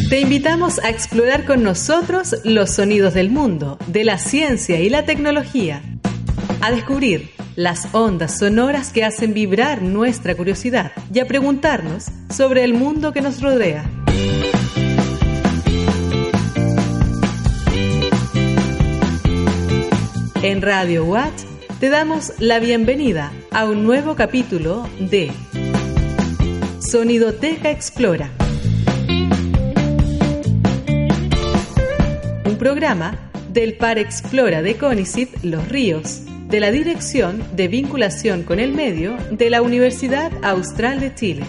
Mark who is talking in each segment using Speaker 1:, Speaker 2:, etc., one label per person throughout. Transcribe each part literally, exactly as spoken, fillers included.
Speaker 1: Te invitamos a explorar con nosotros los sonidos del mundo, de la ciencia y la tecnología. A descubrir las ondas sonoras que hacen vibrar nuestra curiosidad y a preguntarnos sobre el mundo que nos rodea. En Radio Watch te damos la bienvenida a un nuevo capítulo de Sonidoteca Explora. Un programa del Par Explora de CONICYT Los Ríos, de la Dirección de Vinculación con el Medio de la Universidad Austral de Chile.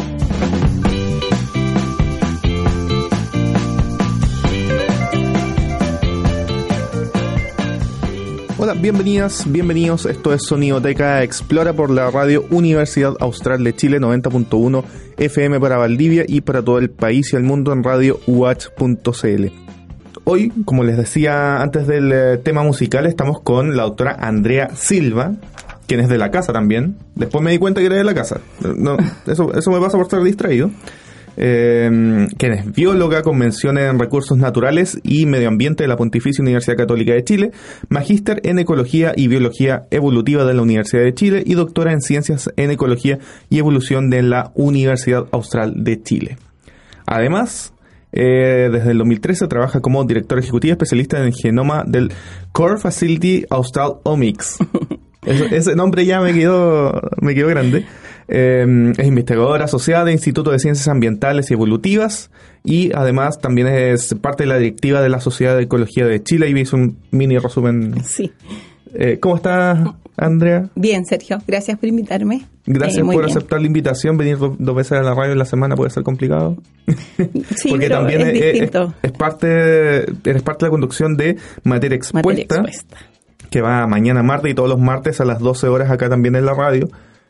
Speaker 2: Hola, bienvenidas, bienvenidos. Esto es Sonidoteca Explora por la radio Universidad Austral de Chile, noventa punto uno F M para Valdivia y para todo el país y el mundo en radio watch punto c l. Hoy, como les decía antes del eh, tema musical, estamos con la doctora Andrea Silva, quien es de la casa también. Después me di cuenta que era de la casa. No, eso, eso me pasa por estar distraído. Eh, quien es bióloga con mención en recursos naturales y medio ambiente de la Pontificia Universidad Católica de Chile, magíster en ecología y biología evolutiva de la Universidad de Chile y doctora en ciencias en ecología y evolución de la Universidad Austral de Chile. Además, eh, desde el dos mil trece trabaja como directora ejecutiva especialista en el genoma del Core Facility Austral Omics. Ese, ese nombre ya me quedó, me quedó grande. Eh, es investigadora asociada del Instituto de Ciencias Ambientales y Evolutivas y además también es parte de la directiva de la Sociedad de Ecología de Chile. Y hizo un mini resumen.
Speaker 3: Sí.
Speaker 2: Eh, ¿Cómo estás, Andrea?
Speaker 3: Bien, Sergio. Gracias por invitarme.
Speaker 2: Gracias
Speaker 3: eh,
Speaker 2: por
Speaker 3: bien.
Speaker 2: aceptar la invitación. Venir do, dos veces a la radio en la semana puede ser complicado.
Speaker 3: Sí,
Speaker 2: porque
Speaker 3: pero
Speaker 2: también
Speaker 3: es,
Speaker 2: es,
Speaker 3: distinto.
Speaker 2: Es, es parte, eres parte de la conducción de Materia Expuesta,
Speaker 3: Materia Expuesta,
Speaker 2: que va mañana martes y todos los martes a las doce horas acá también en la radio.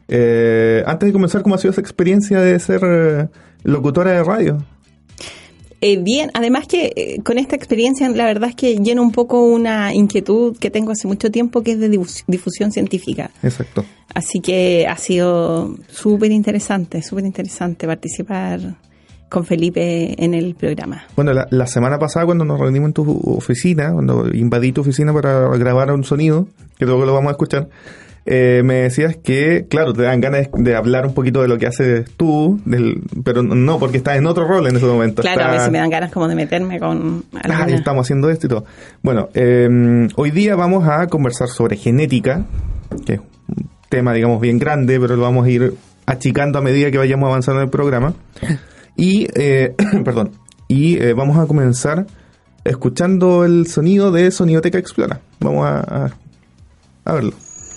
Speaker 2: Eh, antes de comenzar, ¿cómo ha sido esa experiencia de ser eh, locutora de radio?
Speaker 3: Eh, bien, además que eh, con esta experiencia la verdad es que lleno un poco una inquietud que tengo hace mucho tiempo, que es de difus- difusión científica.
Speaker 2: Exacto.
Speaker 3: Así que ha sido súper interesante, súper interesante participar con Felipe en el programa.
Speaker 2: Bueno, la, la semana pasada cuando nos reunimos en tu oficina, cuando invadí tu oficina para grabar un sonido, que luego lo vamos a escuchar, Eh, me decías que, claro, te dan ganas de, de hablar un poquito de lo que haces tú, del, pero no, porque estás en otro rol en ese momento.
Speaker 3: Claro,
Speaker 2: Está,
Speaker 3: a veces me dan ganas como de meterme con alguna...
Speaker 2: Ah, estamos haciendo esto y todo. Bueno, eh, hoy día vamos a conversar sobre genética, que es un tema, digamos, bien grande, pero lo vamos a ir achicando a medida que vayamos avanzando en el programa. Y, eh, perdón, y eh, vamos a comenzar escuchando el sonido de Sonidoteca Explora. Vamos a, a, a verlo.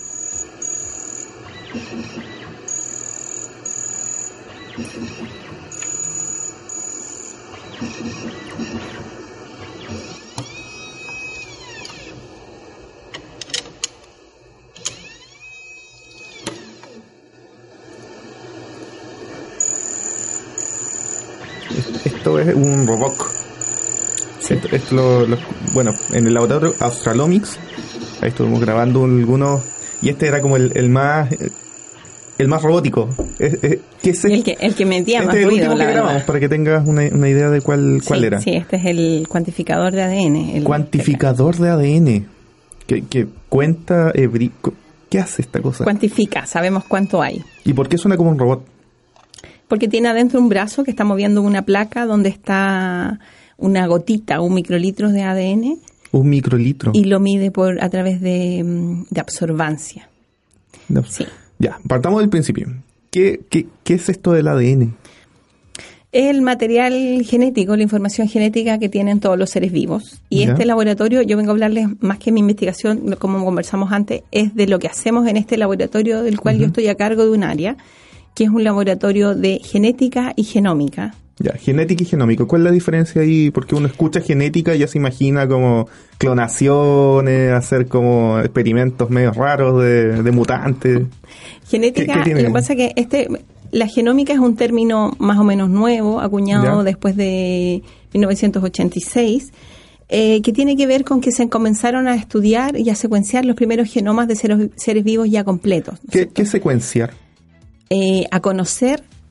Speaker 2: Esto es un robot. Sí. Esto, esto lo, lo, bueno, en el laboratorio Australomics, ahí estuvimos grabando algunos, y este era como el, el más el más robótico. Es, es, ¿qué es
Speaker 3: el, que, el que metía
Speaker 2: este
Speaker 3: más
Speaker 2: es el
Speaker 3: ruido,
Speaker 2: último que grabamos, para que tengas una, una idea de cuál, cuál
Speaker 3: sí,
Speaker 2: era.
Speaker 3: Sí, este es el cuantificador de A D N. El
Speaker 2: cuantificador de A D N. Que, que cuenta... Eh, ¿Qué hace esta cosa?
Speaker 3: Cuantifica, sabemos cuánto hay.
Speaker 2: ¿Y por qué suena como un robot?
Speaker 3: Porque tiene adentro un brazo que está moviendo una placa donde está una gotita, un microlitro de A D N.
Speaker 2: Un microlitro.
Speaker 3: Y lo mide por a través de, de absorbancia.
Speaker 2: No.
Speaker 3: Sí.
Speaker 2: Ya, partamos del principio. ¿Qué, qué, ¿Qué es esto del A D N?
Speaker 3: El material genético, la información genética que tienen todos los seres vivos. Y
Speaker 2: ¿Ya?
Speaker 3: Este laboratorio, yo vengo a hablarles más que mi investigación, como conversamos antes, es de lo que hacemos en este laboratorio del cual uh-huh. yo estoy a cargo de un área, que es un laboratorio de genética y genómica.
Speaker 2: Ya, genética y genómica. ¿Cuál es la diferencia ahí? Porque uno escucha genética y ya se imagina como clonaciones, hacer como experimentos medio raros de, de mutantes.
Speaker 3: Genética, ¿Qué, qué lo que pasa es que este, la genómica es un término más o menos nuevo, acuñado ¿Ya? después de mil novecientos ochenta y seis, eh, que tiene que ver con que se comenzaron a estudiar y a secuenciar los primeros genomas de seres, seres vivos ya completos. ¿No
Speaker 2: ¿Qué, ¿Qué secuenciar?
Speaker 3: Eh, a conocer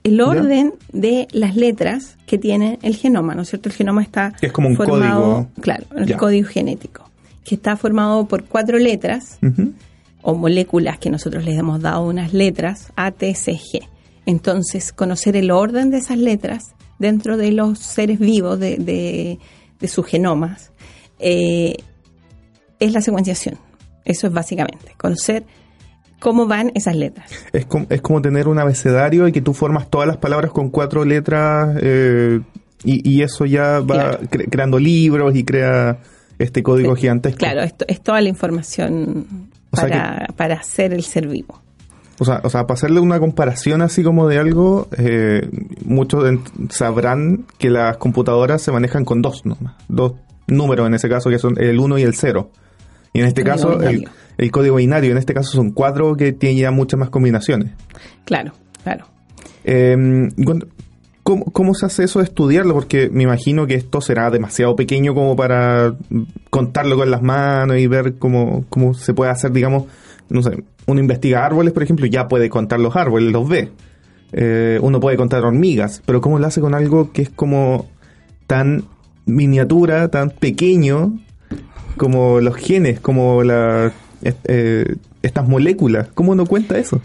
Speaker 3: el orden ¿Ya? de las letras que tiene el genoma, ¿no es cierto? El genoma está
Speaker 2: es como un
Speaker 3: formado,
Speaker 2: código.
Speaker 3: Claro, el ya. código genético, que está formado por cuatro letras uh-huh. o moléculas que nosotros les hemos dado unas letras, A, T, C, G. Entonces, conocer el orden de esas letras dentro de los seres vivos, de, de, de sus genomas, eh, es la secuenciación. Eso es básicamente, conocer cómo van esas letras.
Speaker 2: Es como, es como tener un abecedario y que tú formas todas las palabras con cuatro letras eh, y, y eso ya va claro. cre- creando libros y crea este código sí. gigantesco.
Speaker 3: Claro, esto es toda la información o para, sea que, para hacer el ser vivo.
Speaker 2: O sea, o sea, para hacerle una comparación así como de algo, eh, muchos sabrán que las computadoras se manejan con dos, ¿no? dos números en ese caso, que son el uno y el cero. Y en este el caso, el, el código binario, en este caso son cuatro que tienen ya muchas más combinaciones.
Speaker 3: Claro, claro.
Speaker 2: Eh, ¿cómo, ¿Cómo se hace eso de estudiarlo? Porque me imagino que esto será demasiado pequeño como para contarlo con las manos y ver cómo, cómo se puede hacer, digamos, no sé, uno investiga árboles, por ejemplo, y ya puede contar los árboles, los ve. Eh, uno puede contar hormigas, pero ¿cómo lo hace con algo que es como tan miniatura, tan pequeño, como los genes, como la, eh, estas moléculas? ¿Cómo uno cuenta eso?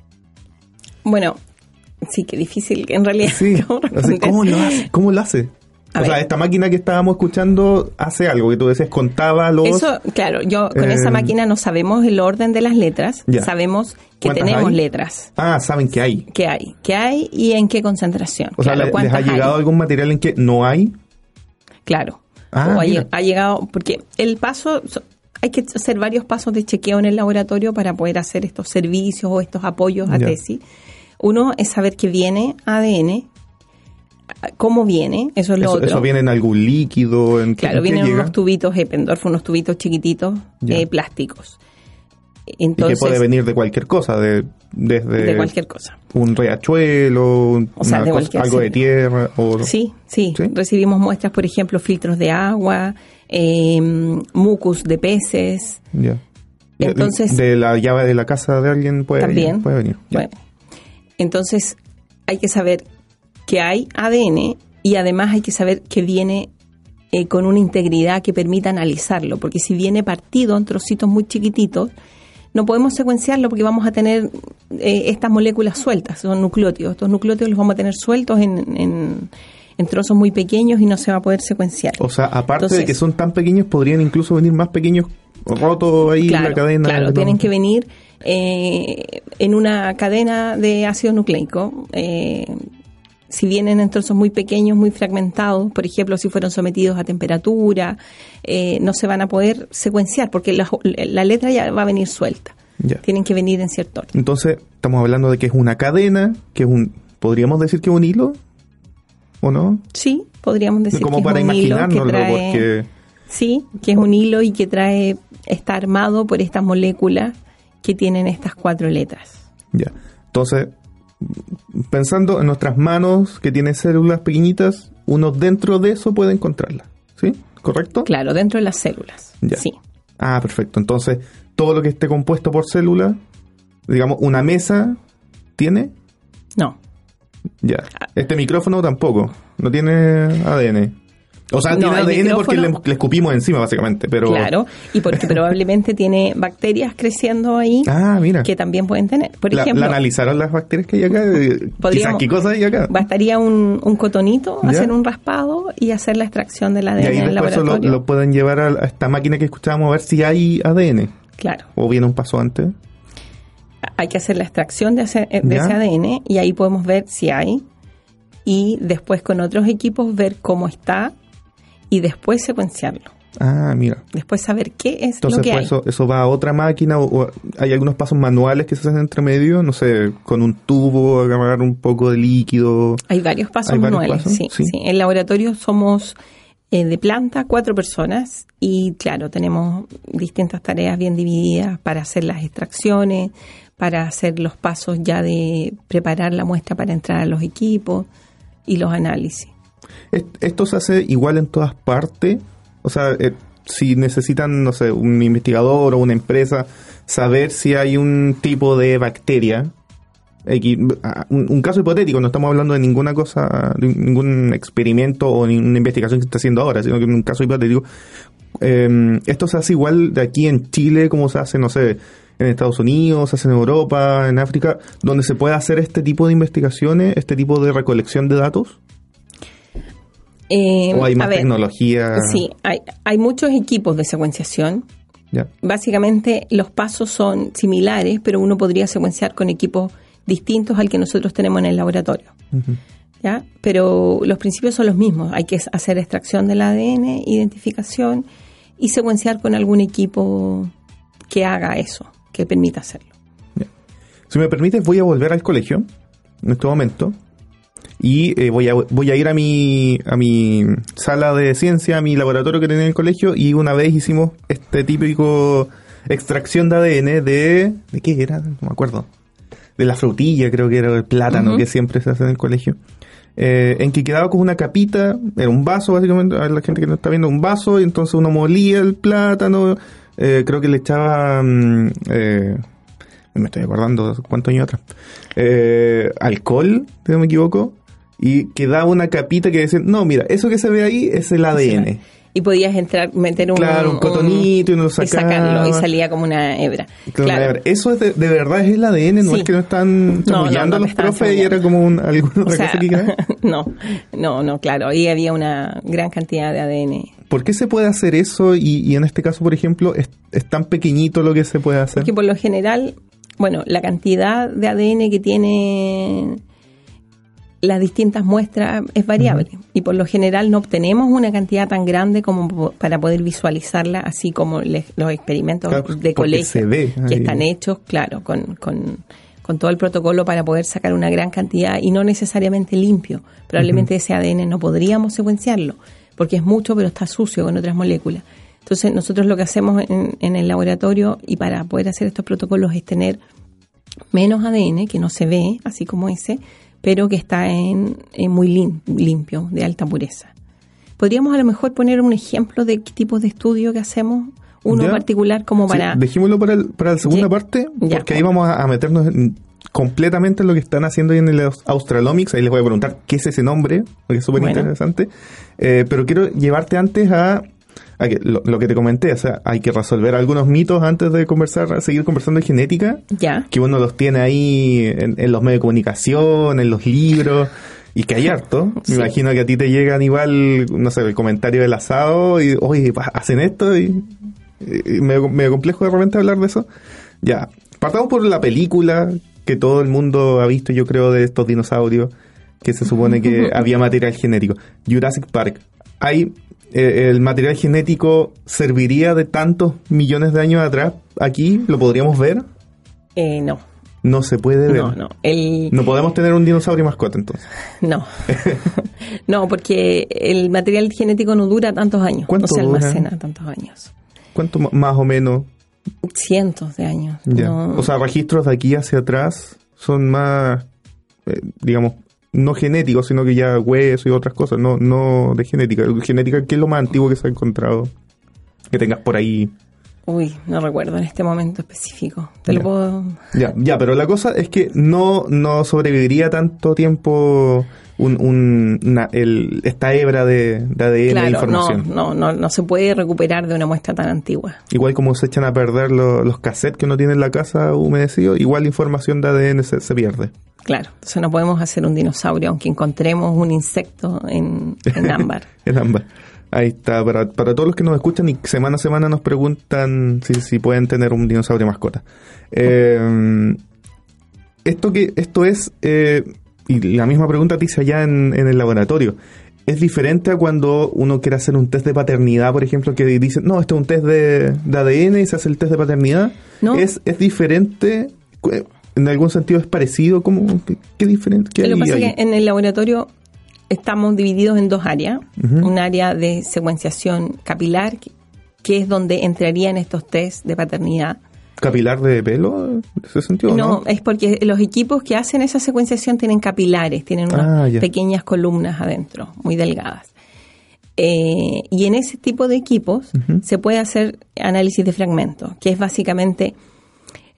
Speaker 3: Bueno, sí, que difícil en realidad.
Speaker 2: Sí. O sea, ¿cómo lo hace? ¿Cómo lo hace? A o ver. sea, esta máquina que estábamos escuchando hace algo, que tú decías, contaba los...
Speaker 3: Eso, claro, yo con eh, esa máquina no sabemos el orden de las letras, ya. sabemos que tenemos
Speaker 2: hay?
Speaker 3: letras.
Speaker 2: Ah, saben que hay.
Speaker 3: Que hay, que hay y en qué concentración.
Speaker 2: O claro, sea, ¿les ha llegado hay? algún material en que no hay?
Speaker 3: Claro.
Speaker 2: Ah,
Speaker 3: o ha, ha llegado, porque el paso, hay que hacer varios pasos de chequeo en el laboratorio para poder hacer estos servicios o estos apoyos a ya. tesis. Uno es saber que viene A D N, cómo viene, eso es lo
Speaker 2: eso,
Speaker 3: otro.
Speaker 2: ¿Eso viene en algún líquido? ¿En
Speaker 3: claro, vienen llega? unos tubitos Eppendorf, unos tubitos chiquititos, eh, plásticos. Entonces,
Speaker 2: y que puede venir de cualquier cosa, de desde
Speaker 3: de cualquier cosa.
Speaker 2: Un riachuelo,
Speaker 3: o sea, de
Speaker 2: cosa, algo de tierra. O...
Speaker 3: Sí, sí, sí, recibimos muestras, por ejemplo, filtros de agua, eh, mucus de peces.
Speaker 2: Ya.
Speaker 3: Entonces,
Speaker 2: de la llave de la casa de alguien puede
Speaker 3: también
Speaker 2: venir. Puede venir.
Speaker 3: Bueno, entonces hay que saber que hay A D N y además hay que saber que viene eh, con una integridad que permita analizarlo, porque si viene partido en trocitos muy chiquititos, no podemos secuenciarlo porque vamos a tener eh, estas moléculas sueltas, son nucleótidos. Estos nucleótidos los vamos a tener sueltos en, en, en trozos muy pequeños y no se va a poder secuenciar.
Speaker 2: O sea, aparte Entonces, de que son tan pequeños, podrían incluso venir más pequeños rotos ahí
Speaker 3: claro,
Speaker 2: en la cadena.
Speaker 3: Claro, no. tienen que venir eh, en una cadena de ácido nucleico. Eh, si vienen en trozos muy pequeños, muy fragmentados, por ejemplo, si fueron sometidos a temperatura, eh, no se van a poder secuenciar porque la, la letra ya va a venir suelta. Ya. Tienen que venir en cierto orden.
Speaker 2: Entonces, estamos hablando de que es una cadena, que es un, ¿podríamos decir que es un hilo? ¿O no?
Speaker 3: Sí, podríamos decir
Speaker 2: como
Speaker 3: que
Speaker 2: para
Speaker 3: es un hilo que trae...
Speaker 2: porque...
Speaker 3: Sí, que es un hilo y que trae, está armado por estas moléculas que tienen estas cuatro letras.
Speaker 2: Ya, entonces... Pensando en nuestras manos que tienen células pequeñitas, uno dentro de eso puede encontrarlas, ¿sí? ¿Correcto?
Speaker 3: Claro, dentro de las células, ya. sí.
Speaker 2: Ah, perfecto. Entonces, todo lo que esté compuesto por células, digamos, ¿una mesa tiene?
Speaker 3: No.
Speaker 2: Ya. Este micrófono tampoco, no tiene A D N. O sea, no, tiene A D N porque le, le escupimos encima, básicamente. Pero...
Speaker 3: Claro, y porque probablemente tiene bacterias creciendo ahí
Speaker 2: ah, mira.
Speaker 3: que también pueden tener. Por
Speaker 2: la,
Speaker 3: ejemplo,
Speaker 2: ¿la analizaron las bacterias que hay acá? Quizás, ¿qué cosas hay acá?
Speaker 3: Bastaría un, un cotonito, ¿ya? Hacer un raspado y hacer la extracción del A D N en el laboratorio.
Speaker 2: Eso lo, lo pueden llevar a, a esta máquina que escuchábamos a ver si hay A D N.
Speaker 3: Claro.
Speaker 2: ¿O viene un paso antes?
Speaker 3: Hay que hacer la extracción de ese, de ese A D N y ahí podemos ver si hay. Y después con otros equipos ver cómo está y después secuenciarlo.
Speaker 2: Ah, mira.
Speaker 3: Después saber qué es
Speaker 2: Entonces,
Speaker 3: lo que
Speaker 2: pues
Speaker 3: hay.
Speaker 2: Eso, eso va a otra máquina o, o hay algunos pasos manuales que se hacen entre medio, no sé, con un tubo, agarrar un poco de líquido.
Speaker 3: Hay varios pasos
Speaker 2: ¿Hay
Speaker 3: manuales,
Speaker 2: varios pasos?
Speaker 3: Sí,
Speaker 2: sí.
Speaker 3: sí. En el laboratorio somos eh, de planta cuatro personas y claro, tenemos distintas tareas bien divididas para hacer las extracciones, para hacer los pasos ya de preparar la muestra para entrar a los equipos y los análisis.
Speaker 2: ¿Esto se hace igual en todas partes? O sea, eh, si necesitan, no sé, un investigador o una empresa saber si hay un tipo de bacteria, Un, un caso hipotético, no estamos hablando de ninguna cosa, de ningún experimento o ninguna investigación que se está haciendo ahora, sino que en un caso hipotético. Eh, esto se hace igual de aquí en Chile como se hace, no sé, en Estados Unidos, se hace en Europa, en África, donde se puede hacer este tipo de investigaciones, este tipo de recolección de datos.
Speaker 3: Eh,
Speaker 2: ¿O hay más
Speaker 3: ver,
Speaker 2: tecnología?
Speaker 3: Sí, hay, hay muchos equipos de secuenciación.
Speaker 2: Ya.
Speaker 3: Básicamente los pasos son similares, pero uno podría secuenciar con equipos distintos al que nosotros tenemos en el laboratorio. Uh-huh. ¿Ya? Pero los principios son los mismos. Hay que hacer extracción del A D N, identificación y secuenciar con algún equipo que haga eso, que permita hacerlo.
Speaker 2: Ya. Si me permites, voy a volver al colegio en este momento y eh, voy a voy a ir a mi a mi sala de ciencia, a mi laboratorio que tenía en el colegio, y una vez hicimos este típico extracción de A D N de... ¿De qué era? No me acuerdo. De la frutilla, creo que era el plátano, uh-huh, que siempre se hace en el colegio, eh, en que quedaba con una capita, era un vaso básicamente, a la gente que no está viendo, un vaso, y entonces uno molía el plátano, eh, creo que le echaba, eh, me estoy acordando cuántos años atrás, eh, alcohol, si no me equivoco, y quedaba una capita que decía, no, mira, eso que se ve ahí es el A D N. Sí.
Speaker 3: Y podías entrar, meter un...
Speaker 2: Claro, un cotonito un, y uno lo sacaba.
Speaker 3: Y sacarlo, y salía como una hebra.
Speaker 2: Claro, claro. Una hebra. Eso es de, de verdad es el A D N, no sí. Es que no están chamullando no, no, no los profes y era como un, alguna otra o sea, cosa que cae.
Speaker 3: No, no, no, claro, ahí había una gran cantidad de A D N.
Speaker 2: ¿Por qué se puede hacer eso y, y en este caso, por ejemplo, es, es tan pequeñito lo que se puede hacer?
Speaker 3: Porque por lo general, bueno, la cantidad de A D N que tiene las distintas muestras es variable, uh-huh, y por lo general no obtenemos una cantidad tan grande como para poder visualizarla, así como les, los experimentos claro, de colegio que están hechos, claro, con, con, con todo el protocolo para poder sacar una gran cantidad y no necesariamente limpio. Probablemente uh-huh, ese A D N no podríamos secuenciarlo porque es mucho, pero está sucio con otras moléculas. Entonces nosotros lo que hacemos en, en el laboratorio y para poder hacer estos protocolos es tener menos A D N que no se ve, así como ese, pero que está en, en muy lim, limpio, de alta pureza. ¿Podríamos a lo mejor poner un ejemplo de qué tipo de estudio que hacemos? Uno en particular como para...
Speaker 2: Sí, dejémoslo para, el, para la segunda ya, parte, porque ya, ahí vamos a, a meternos en, completamente en lo que están haciendo ahí en el Australomics. Ahí les voy a preguntar qué es ese nombre, porque es súper bueno, interesante. Eh, pero quiero llevarte antes a... a que, lo, lo que te comenté, o sea, hay que resolver algunos mitos antes de conversar, seguir conversando de genética,
Speaker 3: ya,
Speaker 2: que uno los tiene ahí en, en los medios de comunicación, en los libros, y que hay harto. Sí. Me imagino que a ti te llegan igual, no sé, el comentario del asado, y oye, hacen esto, y, y medio, medio complejo de repente hablar de eso. Ya, partamos por la película que todo el mundo ha visto, yo creo, de estos dinosaurios, que se supone que había material genético. Jurassic Park. Hay... ¿El material genético serviría de tantos millones de años atrás aquí? ¿Lo podríamos ver?
Speaker 3: Eh, no.
Speaker 2: No se puede ver.
Speaker 3: No, no. El...
Speaker 2: No podemos tener un dinosaurio mascota, entonces. No.
Speaker 3: No, porque el material genético no dura tantos años.
Speaker 2: ¿Cuánto
Speaker 3: no se almacena
Speaker 2: dura?
Speaker 3: tantos años.
Speaker 2: ¿Cuánto más o menos?
Speaker 3: Cientos de años.
Speaker 2: Ya.
Speaker 3: No...
Speaker 2: O sea, registros de aquí hacia atrás son más, eh, digamos, no genéticos, sino que ya hueso y otras cosas, no no de genética. Genética, ¿qué es lo más antiguo que se ha encontrado? Que tengas por ahí.
Speaker 3: Uy, no recuerdo en este momento específico. Te
Speaker 2: ya.
Speaker 3: lo puedo...
Speaker 2: Ya, ya, pero la cosa es que no, no sobreviviría tanto tiempo un, un, una, el, esta hebra de, de A D N
Speaker 3: claro,
Speaker 2: de información.
Speaker 3: No, no, no, no se puede recuperar de una muestra tan antigua.
Speaker 2: Igual como se echan a perder lo, los cassettes que uno tiene en la casa humedecidos, igual la información de A D N se, se pierde.
Speaker 3: Claro, entonces no podemos hacer un dinosaurio aunque encontremos un insecto en, en ámbar.
Speaker 2: En ámbar. Ahí está, para, para todos los que nos escuchan y semana a semana nos preguntan si, si pueden tener un dinosaurio mascota. Eh, esto que esto es, eh, y la misma pregunta te hice allá en, en el laboratorio, ¿es diferente a cuando uno quiere hacer un test de paternidad, por ejemplo, que dicen, no, este es un test de, de A D N y se hace el test de paternidad? ¿No? ¿Es, es diferente? ¿En algún sentido es parecido? ¿Cómo? ¿Qué, qué diferente? ¿Qué
Speaker 3: Lo que pasa
Speaker 2: ahí?
Speaker 3: es que en el laboratorio estamos divididos en dos áreas. Uh-huh. Un área de secuenciación capilar, que es donde entrarían estos test de paternidad.
Speaker 2: ¿Capilar de pelo? ¿En ese sentido? No,
Speaker 3: no, es porque los equipos que hacen esa secuenciación tienen capilares, tienen unas ah, pequeñas columnas adentro, muy delgadas. Eh, y en ese tipo de equipos uh-huh. se puede hacer análisis de fragmentos, que es básicamente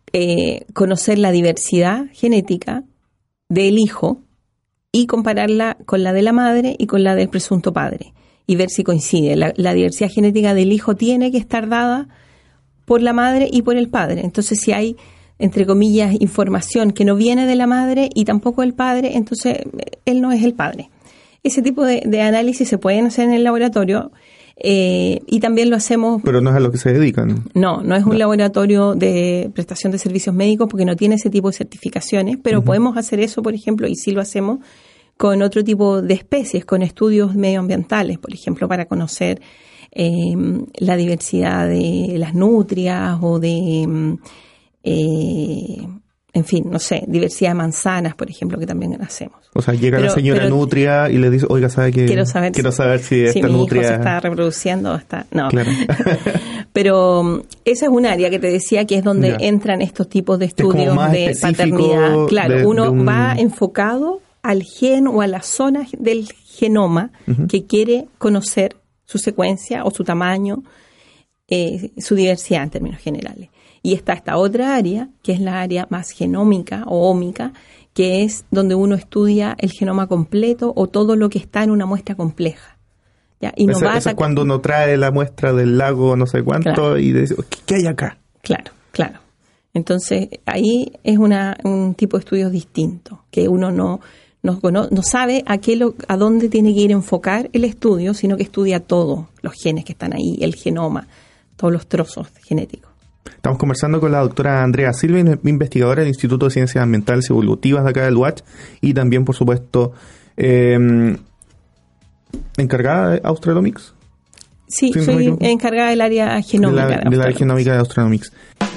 Speaker 3: eh, conocer la diversidad genética del hijo y compararla con la de la madre y con la del presunto padre y ver si coincide. La, la diversidad genética del hijo tiene que estar dada por la madre y por el padre. Entonces, si hay, entre comillas, información que no viene de la madre y tampoco del padre, entonces él no es el padre. Ese tipo de, de análisis se pueden hacer en el laboratorio eh, y también lo hacemos...
Speaker 2: Pero no es a lo que se dedican.
Speaker 3: No, no es un no. laboratorio de prestación de servicios médicos porque no tiene ese tipo de certificaciones, pero uh-huh. podemos hacer eso, por ejemplo, y sí lo hacemos con otro tipo de especies, con estudios medioambientales, por ejemplo, para conocer eh, la diversidad de las nutrias o de... Eh, en fin, no sé, diversidad de manzanas, por ejemplo, que también hacemos.
Speaker 2: O sea, llega pero, la señora
Speaker 3: pero,
Speaker 2: nutria y le dice, oiga, ¿sabe qué?
Speaker 3: Quiero saber,
Speaker 2: quiero saber si,
Speaker 3: si
Speaker 2: esta
Speaker 3: mi
Speaker 2: nutria...
Speaker 3: hijo se está reproduciendo o está... No.
Speaker 2: Claro.
Speaker 3: Pero esa es un área que te decía que es donde ya. entran estos tipos de estudios de paternidad. Claro, de, uno de un... va enfocado al gen o a la zona del genoma uh-huh. que quiere conocer su secuencia o su tamaño, eh, su diversidad en términos generales. Y está esta otra área, que es la área más genómica o ómica, que es donde uno estudia el genoma completo o todo lo que está en una muestra compleja. ¿Ya? Y no
Speaker 2: ese,
Speaker 3: va
Speaker 2: eso
Speaker 3: a...
Speaker 2: es cuando uno trae la muestra del lago no sé cuánto claro. y dice, ¿qué hay acá?
Speaker 3: Claro, claro. Entonces, ahí es una, un tipo de estudios distinto, que uno no, no, no sabe a, qué lo, a dónde tiene que ir a enfocar el estudio, sino que estudia todos los genes que están ahí, el genoma, todos los trozos genéticos.
Speaker 2: Estamos conversando con la doctora Andrea Silva, investigadora del Instituto de Ciencias Ambientales y Evolutivas de acá del U A C H y también, por supuesto, eh, encargada de Australomics.
Speaker 3: Sí, ¿Sí soy encargada del área genómica
Speaker 2: de, la, de, de área genómica de Australomics.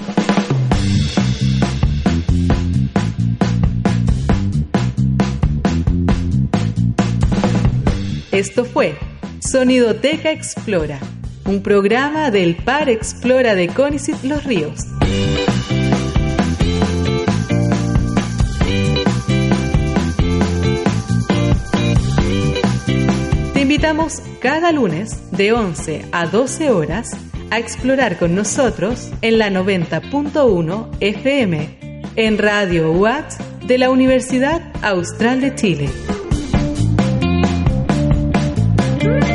Speaker 1: Esto fue Sonidoteca Explora, un programa del Par Explora de CONICYT Los Ríos. Te invitamos cada lunes de once a doce horas a explorar con nosotros en la noventa punto uno F M en Radio U A C de la Universidad Austral de Chile.